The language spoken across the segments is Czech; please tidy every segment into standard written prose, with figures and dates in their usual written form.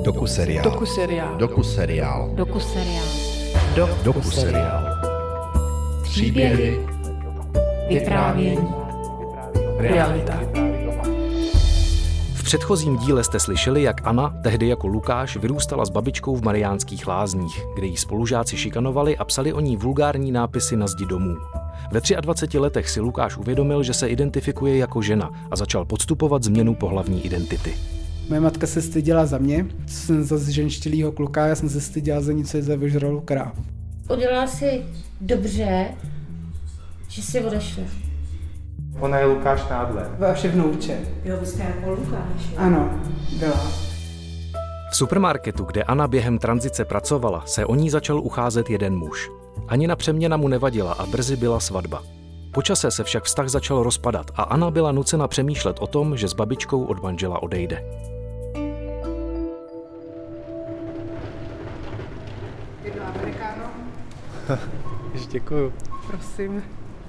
Dokuseriál. Příběhy, vyprávění, realita. V předchozím díle jste slyšeli, jak Anna, tehdy jako Lukáš, vyrůstala s babičkou v Mariánských Lázních, kde jí spolužáci šikanovali a psali o ní vulgární nápisy na zdi domů. Ve 23 letech si Lukáš uvědomil, že se identifikuje jako žena a začal podstupovat změnu pohlavní identity. Moje matka se styděla za mě, jsem zase ženštilýho kluka, já jsem se styděla za něco, za vyžralou krávu. Udělala si dobře, že si odešla. Ona je Lukáš Nádler. Vaše vnouče. Jo, vy jste jako Lukáš. Ano, byla. V supermarketu, kde Anna během tranzice pracovala, se o ní začal ucházet jeden muž. Anina přeměna mu nevadila a brzy byla svatba. Po čase se však vztah začal rozpadat a Anna byla nucena přemýšlet o tom, že s babičkou od manžela odejde. Jedno amerikáno. Děkuju. Prosím.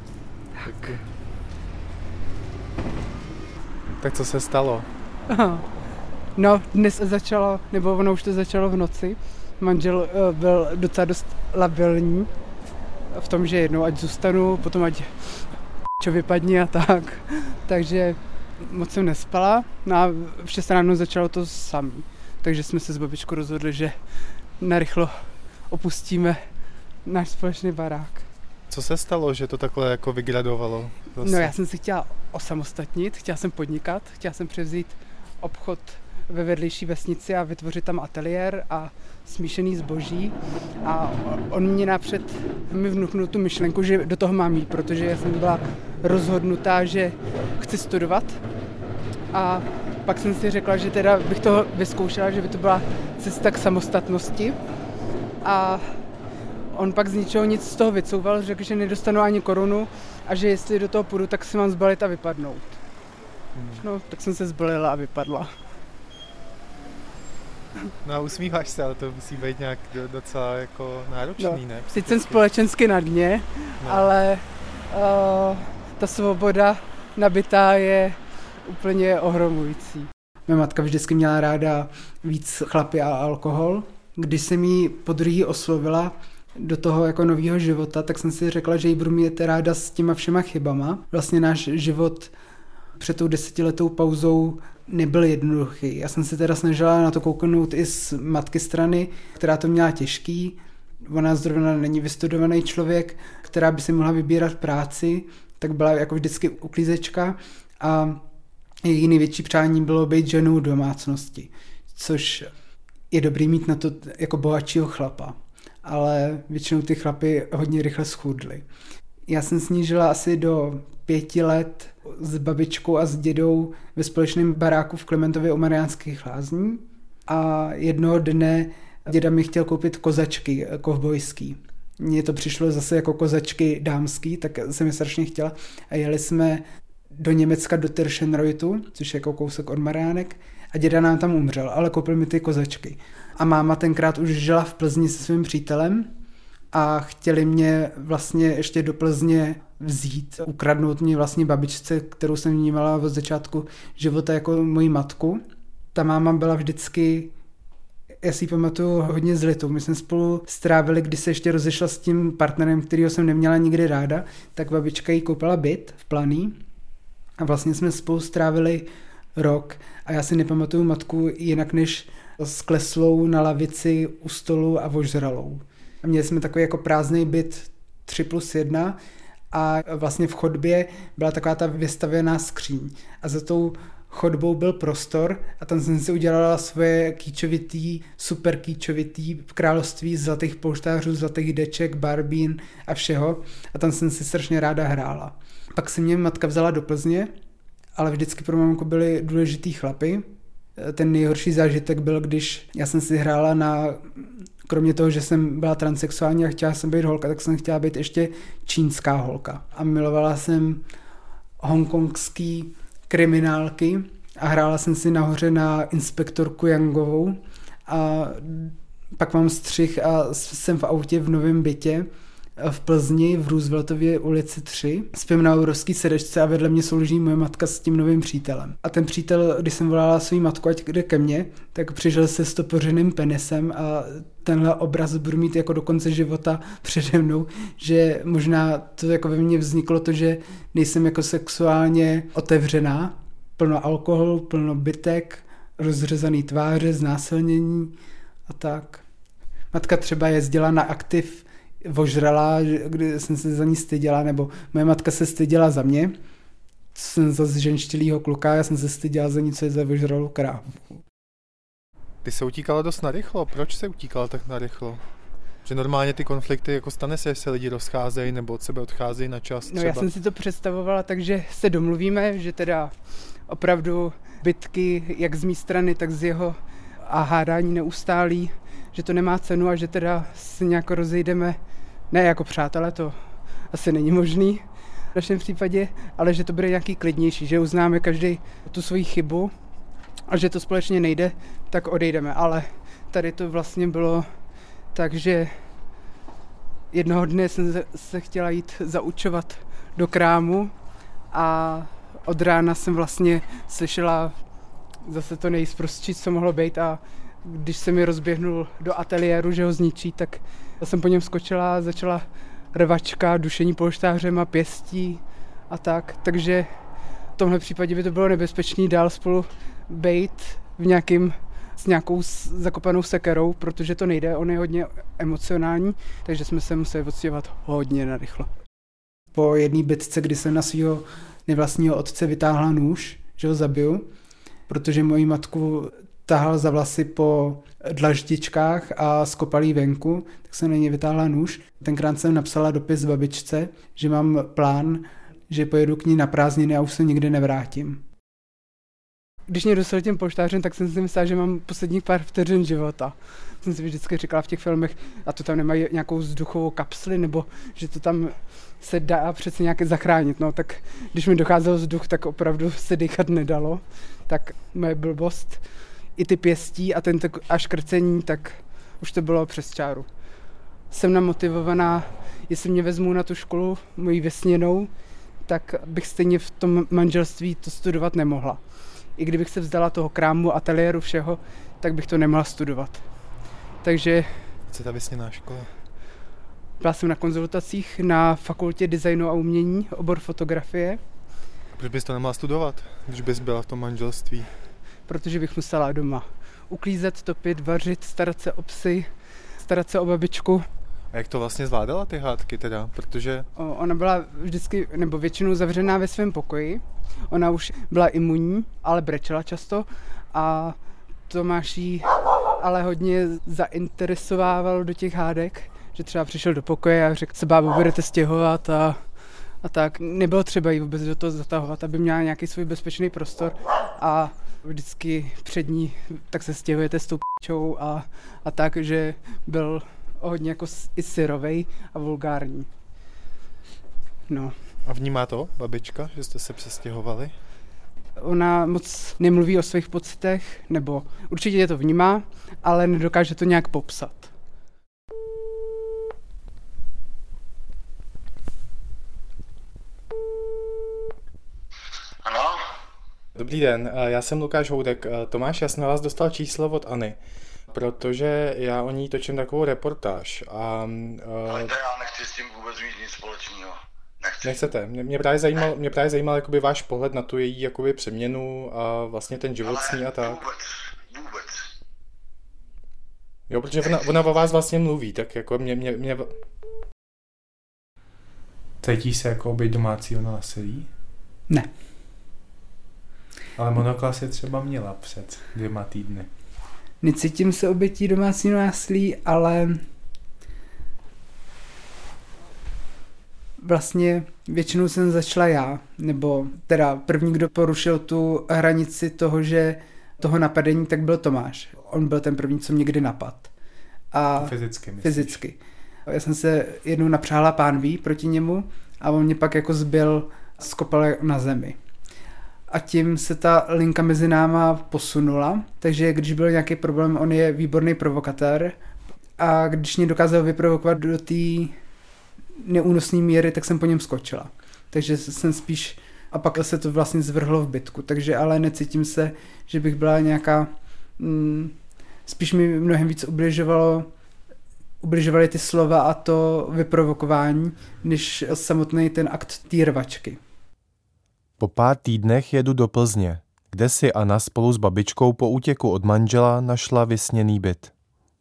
Tak co se stalo? No, dnes začalo, nebo ono už to začalo v noci. Manžel byl docela dost labilní v tom, že jednou ať zůstanu, potom ať čo vypadni a tak. Takže moc jsem nespala. No a v 6 ráno začalo to samý. Takže jsme se s babičkou rozhodli, že narychlo opustíme náš společný barák. Co se stalo, že to takhle jako vygradovalo? Zase? No já jsem si chtěla osamostatnit, chtěla jsem podnikat, chtěla jsem převzít obchod ve vedlejší vesnici a vytvořit tam ateliér a smíšený zboží. A on mě napřed mi vnuknul tu myšlenku, že do toho mám jít, protože já jsem byla rozhodnutá, že chci studovat. A pak jsem si řekla, že teda bych to vyzkoušela, že by to byla cesta k samostatnosti. A on pak z ničeho nic z toho vycouval, řekl, že nedostanu ani korunu a že jestli do toho půjdu, tak se mám zbalit a vypadnout. No, tak jsem se zbalila a vypadla. No a usmíváš se, ale to musí být nějak docela jako náročný, ne? Sice jsem společensky na dně, ale ta svoboda nabitá je úplně ohromující. Moje matka vždycky měla ráda víc chlapy a alkohol. Když jsem jí podruhé oslovila do toho jako nového života, tak jsem si řekla, že jí budu mít ráda s těma všema chybama. Vlastně náš život před tou 10letou pauzou nebyl jednoduchý. Já jsem se teda snažila na to kouknout i z matky strany, která to měla těžký. Ona zrovna není vystudovaný člověk, která by si mohla vybírat práci, tak byla jako vždycky uklízečka a její největší přání bylo být ženou domácnosti, což je dobrý mít na to jako bohatšího chlapa, ale většinou ty chlapy hodně rychle schudly. Já jsem s ní žila asi do 5 let s babičkou a s dědou ve společném baráku v Klementově u Mariánských Lázní a jednoho dne děda mi chtěl koupit kozačky kovbojský. Mně to přišlo zase jako kozačky dámský, tak jsem je strašně chtěla a jeli jsme do Německa do Tirschenreutu, což je jako kousek od Mariánek a děda nám tam umřel, ale koupil mi ty kozačky. A máma tenkrát už žila v Plzni se svým přítelem a chtěli mě vlastně ještě do Plzně vzít, ukradnout mě vlastně babičce, kterou jsem vnímala od začátku života jako moji matku. Ta máma byla vždycky, já si ji pamatuju, hodně zlitou. My jsme spolu strávili, když se ještě rozešla s tím partnerem, kterýho jsem neměla nikdy ráda, tak babička jí koupila byt v Planý a vlastně jsme spolu strávili rok a já si nepamatuju matku jinak než skleslou na lavici u stolu a ožralou. A měli jsme takový jako prázdný byt 3+1 a vlastně v chodbě byla taková ta vystavěná skříň. A za tou chodbou byl prostor a tam jsem si udělala svoje kýčovitý, super kýčovitý království zlatých polštářů, zlatých deček, barbín a všeho. A tam jsem si strašně ráda hrála. Pak se mě matka vzala do Plzně, ale vždycky pro mamku byli důležitý chlapy. Ten nejhorší zážitek byl, když já jsem si hrála kromě toho, že jsem byla transsexuální a chtěla jsem být holka, tak jsem chtěla být ještě čínská holka. A milovala jsem hongkongský kriminálky a hrála jsem si nahoře na inspektorku Yangovou a pak mám střih a jsem v autě v novém bytě v Plzni v Rooseveltově ulici 3. Spím na obrovský sedačce a vedle mě souloží moje matka s tím novým přítelem. A ten přítel, když jsem volala svou matku, ať jde ke mně, tak přišel se stopořeným penisem a tenhle obraz budu mít jako do konce života přede mnou, že možná to jako ve mně vzniklo to, že nejsem jako sexuálně otevřená, plno alkoholu, plno bytek, rozřezaný tváře, znásilnění a tak. Matka třeba jezdila na aktiv, ožrala, kdy jsem se za ní styděla, nebo moje matka se styděla za mě, jsem zase ženštilýho kluka, já jsem se styděla za ní, co je za ožralou krávu. Ty se utíkala dost narychlo. Proč se utíkala tak narychlo? Že normálně ty konflikty, jako stane se, že se lidi rozcházejí nebo od sebe odcházejí na čas třeba. No já jsem si to představovala, takže se domluvíme, že teda opravdu bitky jak z mé strany, tak z jeho a hádání neustálí, že to nemá cenu a že teda se nějak rozejdeme, ne jako přátelé, to asi není možný v našem případě, ale že to bude nějaký klidnější, že uznáme každý tu svoji chybu a že to společně nejde, tak odejdeme. Ale tady to vlastně bylo tak, že jednoho dne jsem se chtěla jít zaučovat do krámu a od rána jsem vlastně slyšela zase to nejsprostší, co mohlo být, a když se mi rozběhnul do ateliéru, že ho zničí, tak jsem po něm skočila a začala rvačka, dušení polštářem a pěstí a tak. Takže v tomhle případě by to bylo nebezpečný dál spolu bejt s nějakou zakopanou sekerou, protože to nejde, on je hodně emocionální, takže jsme se museli odstěhovat hodně narychlo. Po jedné bitce, kdy jsem na svého nevlastního otce vytáhla nůž, že ho zabiju, protože moji matku tahal za vlasy po dlaždičkách a skopal jí venku, tak jsem na něj vytáhla nůž. Tenkrát jsem napsala dopis babičce, že mám plán, že pojedu k ní na prázdniny a už se nikdy nevrátím. Když mě dostal tím polštářem, tak jsem si myslela, že mám posledních pár vteřin života. Jsem si vždycky říkala v těch filmech, a to tam nemají nějakou vzduchovou kapsli, nebo že to tam se dá přece nějaké zachránit. No tak když mi docházel vzduch, tak opravdu se dýchat nedalo. Tak moje blbost, i ty pěstí a a škrcení, tak už to bylo přes čáru. Jsem namotivovaná, jestli mě vezmou na tu školu, moji vysněnou, tak bych stejně v tom manželství to studovat nemohla. I kdybych se vzdala toho krámu, ateliéru, všeho, tak bych to nemohla studovat. Takže... Co je ta vysněná škola? Byla jsem na konzultacích na fakultě designu a umění, obor fotografie. Proč bys to nemohla studovat, když bys byla v tom manželství? Protože bych musela doma uklízet, topit, vařit, starat se o psy, starat se o babičku. A jak to vlastně zvládala ty hádky teda, protože... Ona byla vždycky, nebo většinou zavřená ve svém pokoji. Ona už byla imunní, ale brečela často a Tomáš jí ale hodně zainteresovával do těch hádek, že třeba přišel do pokoje a řekl se, bábo, budete stěhovat a tak. Nebylo třeba jí vůbec do toho zatahovat, aby měla nějaký svůj bezpečný prostor a vždycky před ní tak se stěhujete s tou p***čou a tak, že byl hodně jako i syrovej a vulgární. No. A vnímá to babička, že jste se přestěhovali? Ona moc nemluví o svých pocitech, nebo určitě to vnímá, ale nedokáže to nějak popsat. Ano? Dobrý den, já jsem Lukáš Houdek. Tomáš, já jsem na vás dostal číslo od Anny, protože já o ní točím takovou reportáž. Ale já nechci s tím vůbec mít nic společného. Nechcete? Mě právě zajímal jakoby váš pohled na tu její jakoby přeměnu a vlastně ten život s ní a tak. Vůbec. Jo, protože ona o vás vlastně mluví, tak jako mě... Cítíš se jako oběť domácího násilí? Ne. Ale monoklas je třeba měla před 2 týdny. Necítím se obětí domácího násilí, ale vlastně většinou jsem začala já, nebo teda první, kdo porušil tu hranici toho napadení, tak byl Tomáš. On byl ten první, co mě kdy napad. A fyzicky, myslíš? Fyzicky. Já jsem se jednou napřáhla pánví proti němu a on mě pak jako zbyl, skopal na zemi. A tím se ta linka mezi náma posunula, takže když byl nějaký problém, on je výborný provokatér a když mě dokázal vyprovokovat do té neúnosný míry, tak jsem po něm skočila. Takže jsem spíš, a pak se to vlastně zvrhlo v bitku, takže ale necítím se, že bych byla nějaká, spíš mi mnohem víc ubližovaly ty slova a to vyprovokování, než samotný ten akt té rvačky. Po pár týdnech jedu do Plzně, kde si Anna spolu s babičkou po útěku od manžela našla vysněný byt.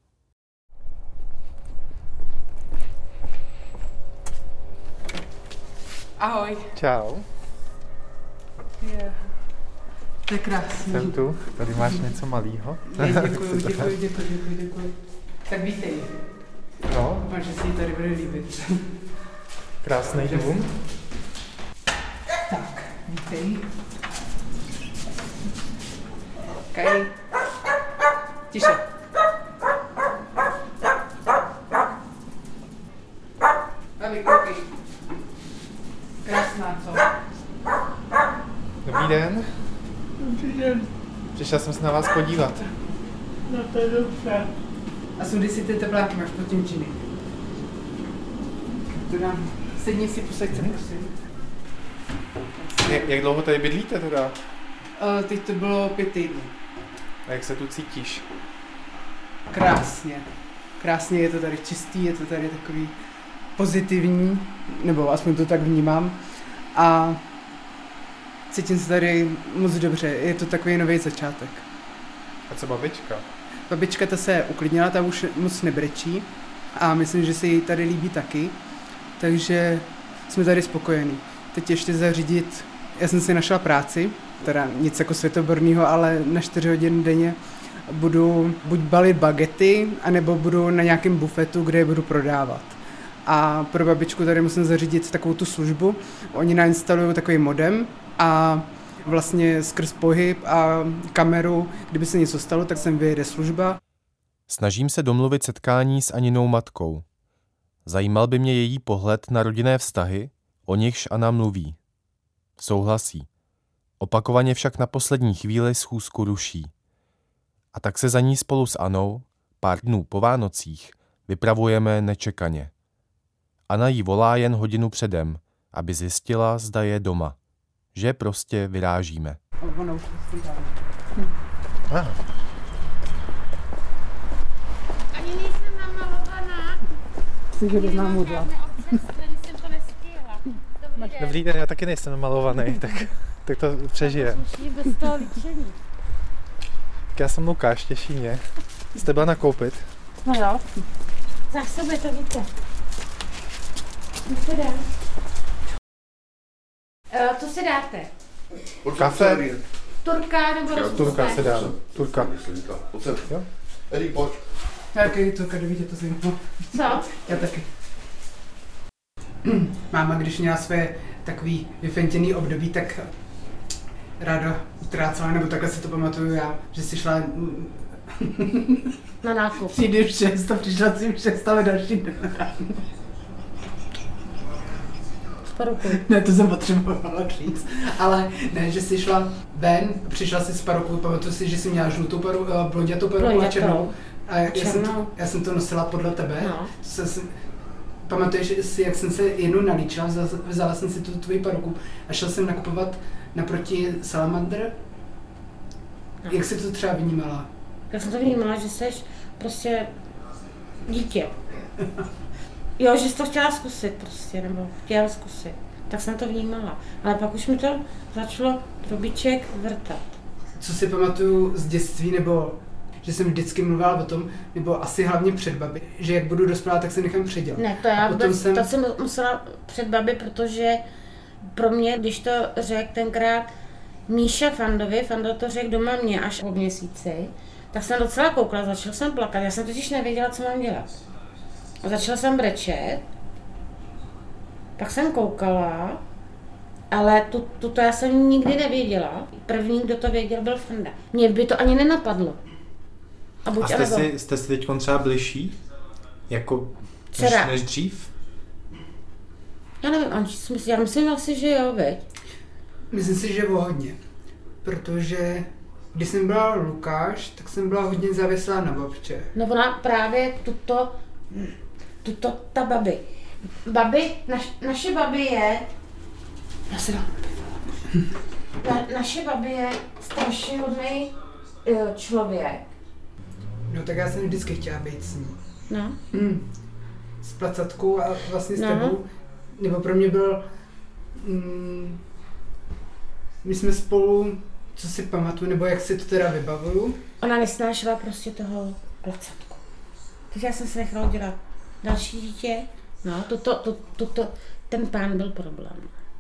Ahoj. Čau. To je krásný. Jsem tu. Tady máš něco malýho. Děkuji. Tak vítej. No. Doufám, že si ji tady bude líbit. Krásný dům. Tak, vítej. Kaj. Tiše. Babi, koukej. Krásná, co? Dobrý den. Přišel jsem se na vás podívat. No to je dobře. A sudy si ty tepláky, máš potěmčiny. To dám. Sedni si, posaď se, prosím. Jak dlouho tady bydlíte teda? Teď to bylo 5 týdnů. A jak se tu cítíš? Krásně. Krásně, je to tady čistý, je to tady takový pozitivní, nebo aspoň to tak vnímám. A cítím se tady moc dobře, je to takový nový začátek. A co babička? Babička ta se uklidnila, ta už moc nebrečí a myslím, že se jí tady líbí taky, takže jsme tady spokojení. Teď ještě zařídit, já jsem si našla práci, teda nic jako světoborného, ale na 4 hodiny denně budu buď balit bagety, anebo budu na nějakém bufetu, kde je budu prodávat. A pro babičku tady musím zařídit takovou tu službu. Oni nainstalují takový modem a vlastně skrz pohyb a kameru, kdyby se něco stalo, tak sem vyjede služba. Snažím se domluvit setkání s Aninou matkou. Zajímal by mě její pohled na rodinné vztahy, o nichž Anna mluví. Souhlasí. Opakovaně však na poslední chvíli schůzku ruší. A tak se za ní spolu s Anou, pár dnů po Vánocích, vypravujeme nečekaně. Anna jí volá jen hodinu předem, aby zjistila, zda je doma. Že prostě vyrážíme. Ani nejsem namalovaná. Jsi, že bys nám mluvila. Jsem to nestihla. Dobrý den, já taky nejsem namalovaný, tak to přežije. Musí bez toho líčení. Tak já jsem Lukáš, těší mě. Jste byla nakoupit? No jo. Zásoby to víte. Co dá? Co si dáte? Kafe? Turka nebo rozpusté? Turka se dá. Turka. Jo? Eddie, pojď. Taky to, když vidíte to zimno. Co? Já taky. Máma, když měla své takový vyfentěný období, tak ráda utrácela, nebo takhle si to pamatuju já, že si šla Na nákup. přijde v 6 a přišla si v 6 ale další den. Paruku. Ne, to jsem potřebovala říct. Ale ne, že jsi šla ven, přišla si s parukou, pamatuju si, že jsi měla žlutou blondětou paruku a černou. A já jsem to nosila podle tebe. No. Pamatuješ si, jak jsem se jednou nalíčila, vzala jsem si tu tvoji paruku a šel jsem nakupovat naproti Salamander. No. Jak jsi to třeba vnímala? Já jsem to vnímala, že jsi prostě dítě. Jo, že jsi to chtěla zkusit prostě, nebo chtěla zkusit. Tak jsem to vnímala. Ale pak už mi to začalo trubiček vrtat. Co si pamatuju z dětství, nebo že jsem vždycky mluvila o tom, nebo asi hlavně před babi, že jak budu dospělá, tak se nechám předělat. Ne, to já to jsem musela před babi, protože pro mě, když to řekl tenkrát Míša Fandovi, Fanda to řekl doma mě až po měsíci, tak jsem docela koukla, začala jsem plakat, já jsem totiž nevěděla, co mám dělat. A začala jsem brečet, pak jsem koukala, ale to já jsem nikdy nevěděla. První, kdo to věděl, byl Fanda. Mně by to ani nenapadlo. A jste si teď třeba bližší? Jako než dřív? Já nevím, já myslím asi, že jo, veď. Myslím si, že o hodně. Protože když jsem byla Lukáš, tak jsem byla hodně závislá na babče. No ona právě tuto ta babi. Naše babi je... Já se dám. Naše babi je strašně hodnej člověk. No tak já jsem vždycky chtěla být s ní. No. S placatkou a vlastně s tebou. Nebo pro mě byl... my jsme spolu, co si pamatuju, nebo jak si to teda vybavuju. Ona nesnášela prostě toho placatku. Takže já jsem se nechala dělat další dítě. No, ten pán byl problém.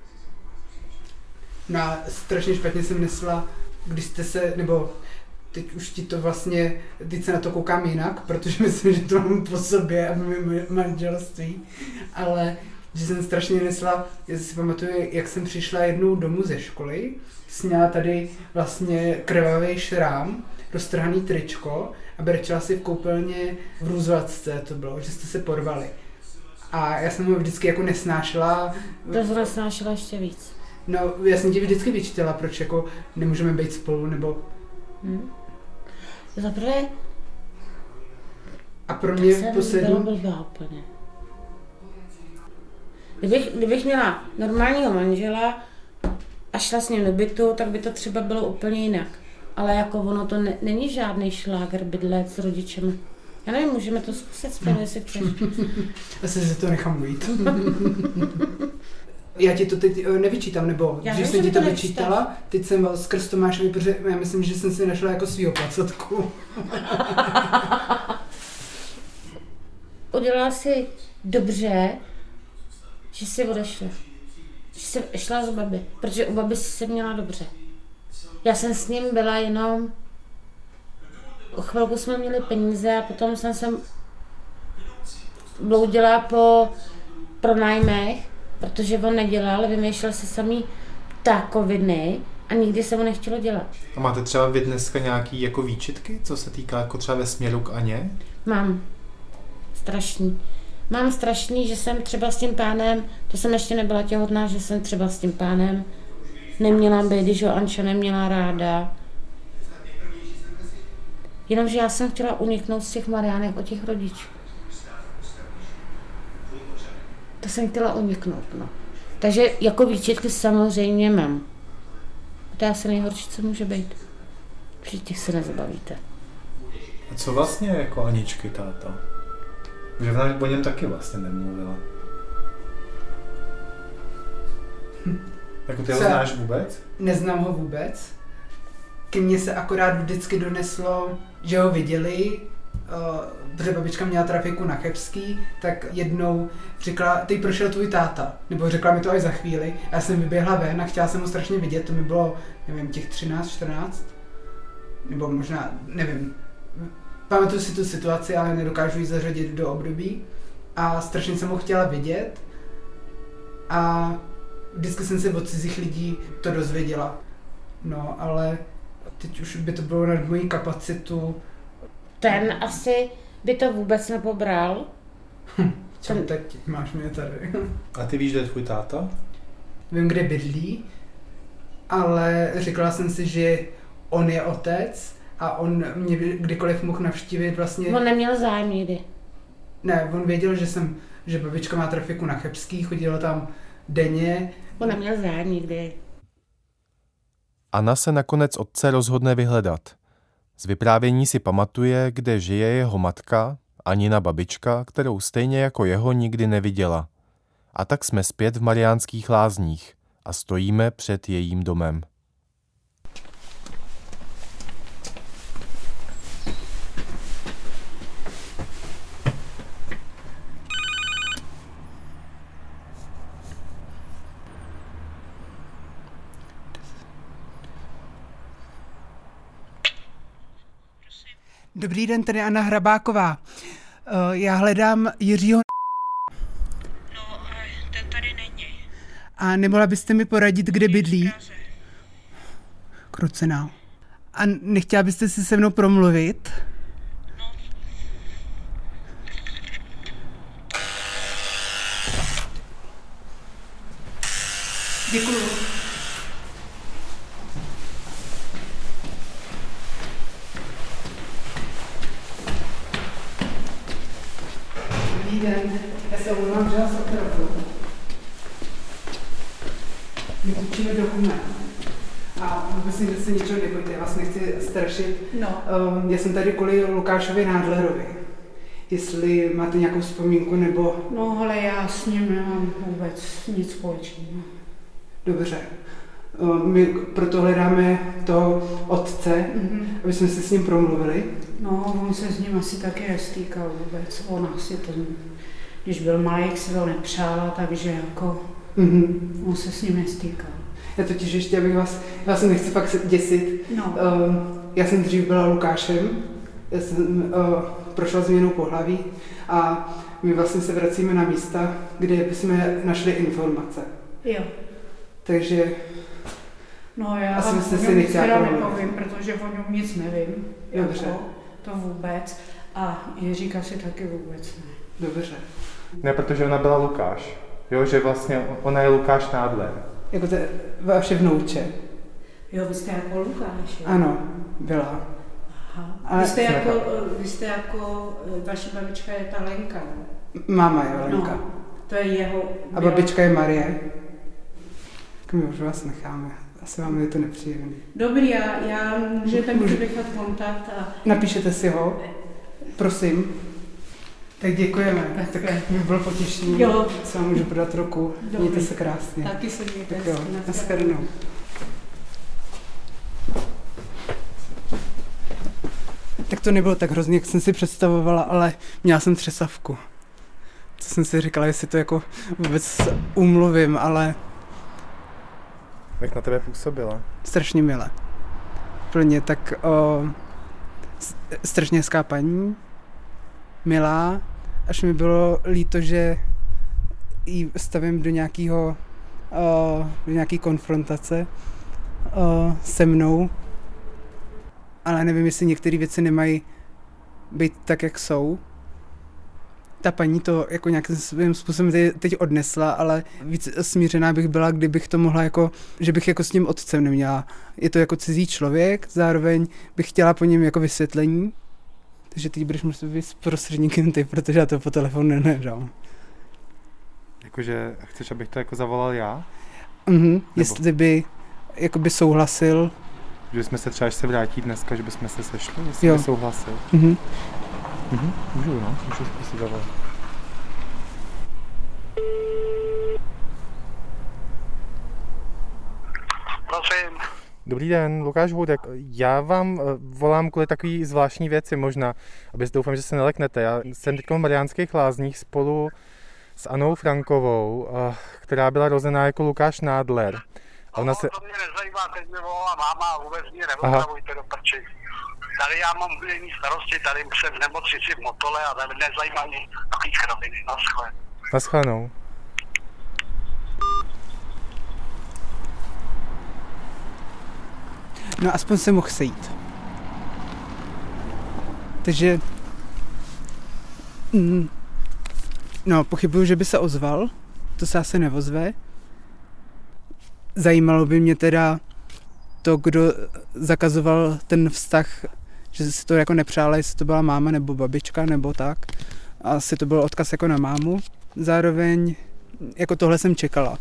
No a strašně špatně jsem myslela, když jste se, nebo teď už ti to vlastně, teď se na to koukám jinak, protože myslím, že to mám po sobě a v mém manželství, ale že jsem strašně myslela, já si pamatuju, jak jsem přišla jednou domů ze školy, sněla tady vlastně krvavý šrám, roztrhaný tričko a brečela si v koupelně v Růzvacce to bylo, že jste se porvali. A já jsem ho vždycky jako nesnášela. To jsi nesnášela ještě víc. No, já jsem ti vždycky vyčítala, proč jako nemůžeme být spolu, nebo... Zaprvé... A pro mě poslední... Tak jsem byla úplně. Kdybych měla normálního manžela a šla s ním do bytu, tak by to třeba bylo úplně jinak. Ale jako ono to není žádný šláger bydlet s rodičem. Já nevím, můžeme to zkusit spolu, jestli chceš. Asi si to nechám ujít. Já ti to teď nevyčítám, nebo když jsem ti to vyčítala, teď jsem skrz Tomášovi, protože já myslím, že jsem si našla jako svýho placatku. Udělala si dobře, že jsi odešla. Že jsi šla z baby, protože u baby jsi se měla dobře. Já jsem s ním byla jenom... Chvilku jsme měli peníze a potom jsem se bloudila po pronájmech, protože on nedělal, vymýšlel si samý ptákoviny a nikdy se mu nechtělo dělat. A máte třeba vy dneska nějaký jako výčitky, co se týká jako třeba ve směru k Aně? Mám. Strašný. Mám strašný, že jsem třeba s tím pánem, to jsem ještě nebyla těhotná, že jsem třeba s tím pánem neměla být, když ho Anča neměla ráda. Jenomže já jsem chtěla uniknout z těch Mariánek od těch rodičů. To jsem chtěla uniknout, no. Takže jako výčitky samozřejmě mám. To je asi nejhorší, co může být. Vždyť těch se nezabavíte. A co vlastně jako Aničky táta? Že o něm taky vlastně nemluvila. Jako ty ho znáš vůbec? Neznám ho vůbec. Ke mně se akorát vždycky doneslo, že ho viděli, protože babička měla trafiku na Chebský, tak jednou řekla, teď prošel tvůj táta, nebo řekla mi to až za chvíli. Já jsem vyběhla ven a chtěla jsem ho strašně vidět, to mi bylo, nevím, těch 13, 14, nebo možná, nevím. Pamatuju si tu situaci, ale nedokážu ji zařadit do období a strašně jsem ho chtěla vidět a vždycky jsem se od cizích lidí to dozvěděla. No, ale teď už by to bylo nad mojí kapacitu. Ten asi by to vůbec nepobral. Tak máš mě tady. A ty víš, kde je tvůj táta? Vím, kde bydlí, ale řekla jsem si, že on je otec a on mě kdykoliv mohl navštívit vlastně... On neměl zájem nikdy. Ne, on věděl, že babička má trafiku na Chebský, chodila tam denně. On neměl zájem nikdy. Anna se nakonec otce rozhodne vyhledat. Z vyprávění si pamatuje, kde žije jeho matka, Anina babička, kterou stejně jako jeho nikdy neviděla. A tak jsme zpět v Mariánských Lázních a stojíme před jejím domem. Dobrý den, tady Anna Hrabáková. Já hledám Jiřího. No, ten tady není. A nemohla byste mi poradit, kde bydlí? Krucenál. A nechtěla byste si se mnou promluvit? No. Děkuju. Dobrý den, já se omlouvám, že vás opravdu. My točíme dokument. A vůbec se ničeho nebojte, já vás nechci strašit. No. Já jsem tady kvůli Lukášovi Nádlerovi. Jestli máte nějakou vzpomínku, nebo... No, ale já s ním nemám vůbec nic společného. Dobře. My proto hledáme toho otce, aby jsme se s ním promluvili. No, on se s ním asi taky nestýkal vůbec. On asi to, když byl malý, jak si to nepřála, takže jako on se s ním nestýkal. Já totiž ještě, abych vás nechci fakt děsit. No. Já jsem dřív byla Lukášem, já jsem prošla změnou pohlaví a my vlastně se vracíme na místa, kde jsme našli informace. Jo. Takže no já asi vám byste si nechtěla nepovím, protože o něm nic nevím. Dobře. Jako, to vůbec. A Jiříka si taky vůbec ne. Dobře. Ne, protože ona byla Lukáš. Jo, že vlastně ona je Lukáš Nádler. Jako to je vaše vnouče. Jo, vy jste jako Lukáš, jo? Ano, byla. Aha. A Vy jste jako, vaše babička je ta Lenka, no? Máma je Lenka. No, to je jeho... A babička je Marie. Tak my už vás necháme. Asi vám je to nepříjemné. Dobrý, já můžete mi nechat kontakt a... Napíšete si ho, prosím. Tak děkujeme. Tak mi bylo potěšení. Jo. Se vám můžu podat ruku. Dobrý. Mějte se krásně. Taky se mějte. Tak jo, nashledanou. Tak to nebylo tak hrozně, jak jsem si představovala, ale měla jsem třesavku. Co jsem si říkala, jestli to jako vůbec umluvím, ale... Jak na tebe působila? Strašně milé. Plně tak strašně hezká paní, milá, až mi bylo líto, že ji stavím do nějaký konfrontace se mnou, ale nevím, jestli některé věci nemají být tak, jak jsou. Ta paní to jako nějakým svým způsobem teď odnesla, ale víc smířená bych byla, kdybych to mohla jako, že bych jako s tím otcem neměla. Je to jako cizí člověk, zároveň bych chtěla po něm jako vysvětlení. Takže teď budeš muset být prostředníkem ty, protože já to po telefonu nedám. Jakože chceš, abych to jako zavolal já? Jestli by jakoby souhlasil. Že jsme se třeba, až se vrátí dneska, že bychom se sešli, jestli by souhlasil. Můžu si zavolat. Prosím. Dobrý den, Lukáš Houdek. Já vám volám kvůli takový zvláštní věci možná, abyste doufám, že se neleknete. Já jsem teď v Mariánských Lázních spolu s Anou Frankovou, která byla rozená jako Lukáš Nádler. To mě nezajímá, teď mi volala máma a vůbec mě neotravujte do prči. Tady já mám jiný starosti, tady jsem v nemocnici v Motole a nezajímá mě takový kraviny. Naschle. Naschledanou. No aspoň se mohl sejít. Takže... No, pochybuju, že by se ozval. To se asi neozve. Zajímalo by mě teda to, kdo zakazoval ten vztah, že si to jako nepřála, jestli to byla máma nebo babička nebo tak. Asi to byl odkaz jako na mámu. Zároveň jako tohle jsem čekala.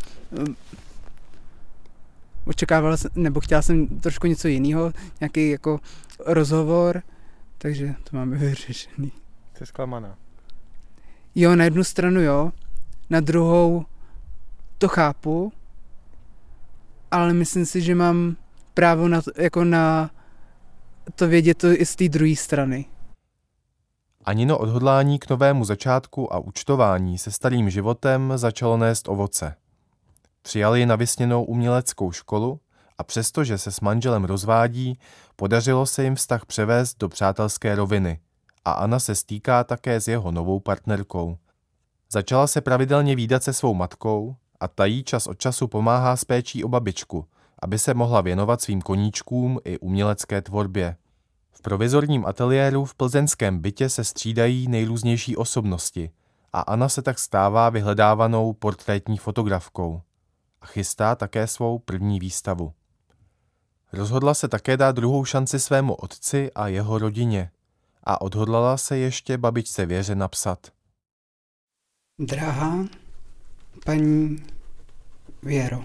Očekávala jsem, nebo chtěla jsem trošku něco jiného, nějaký jako rozhovor, takže to máme vyřešený. Jsi zklamaná? Jo, na jednu stranu jo, na druhou to chápu, ale myslím si, že mám právo na to, jako na to vědět to i z té druhé strany. Anino odhodlání k novému začátku a účtování se starým životem začalo nést ovoce. Přijali na vysněnou uměleckou školu a přestože se s manželem rozvádí, podařilo se jim vztah převést do přátelské roviny a Anna se stýká také s jeho novou partnerkou. Začala se pravidelně vídat se svou matkou a ta jí čas od času pomáhá s péčí o babičku, aby se mohla věnovat svým koníčkům i umělecké tvorbě. V provizorním ateliéru v plzeňském bytě se střídají nejrůznější osobnosti a Anna se tak stává vyhledávanou portrétní fotografkou a chystá také svou první výstavu. Rozhodla se také dát druhou šanci svému otci a jeho rodině a odhodlala se ještě babičce Věře napsat. Drahá paní Věro,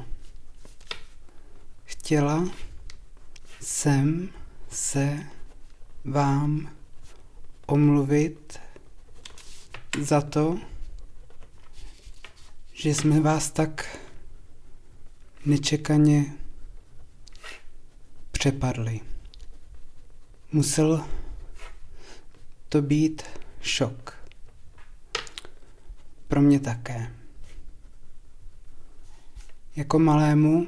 chtěla jsem se vám omluvit za to, že jsme vás tak nečekaně přepadli. Musel to být šok. Pro mě také. Jako malému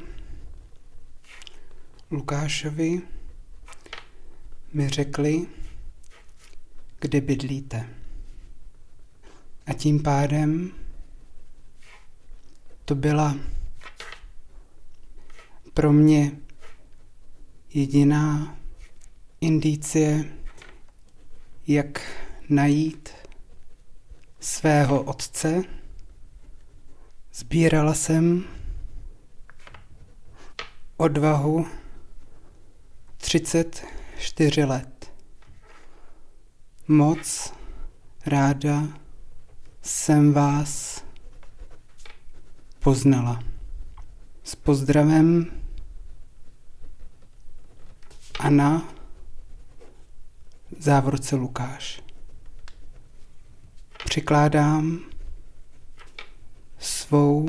Lukášovi mi řekli, kde bydlíte. A tím pádem to byla pro mě jediná indicie, jak najít svého otce. Sbírala jsem odvahu 34 let. Moc ráda jsem vás poznala. S pozdravem Anna, závorce Lukáš. Přikládám svou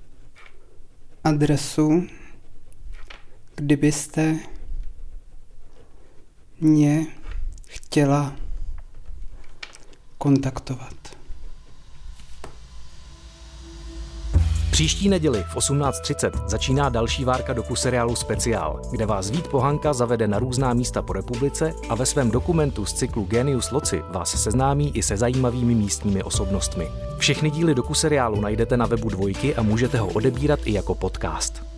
adresu, kdybyste mě chtěla kontaktovat. Příští neděli v 18:30 začíná další várka dokuseriálu Speciál, kde vás Vít Pohanka zavede na různá místa po republice a ve svém dokumentu z cyklu Genius Loci vás seznámí i se zajímavými místními osobnostmi. Všechny díly dokuseriálu najdete na webu Dvojky a můžete ho odebírat i jako podcast.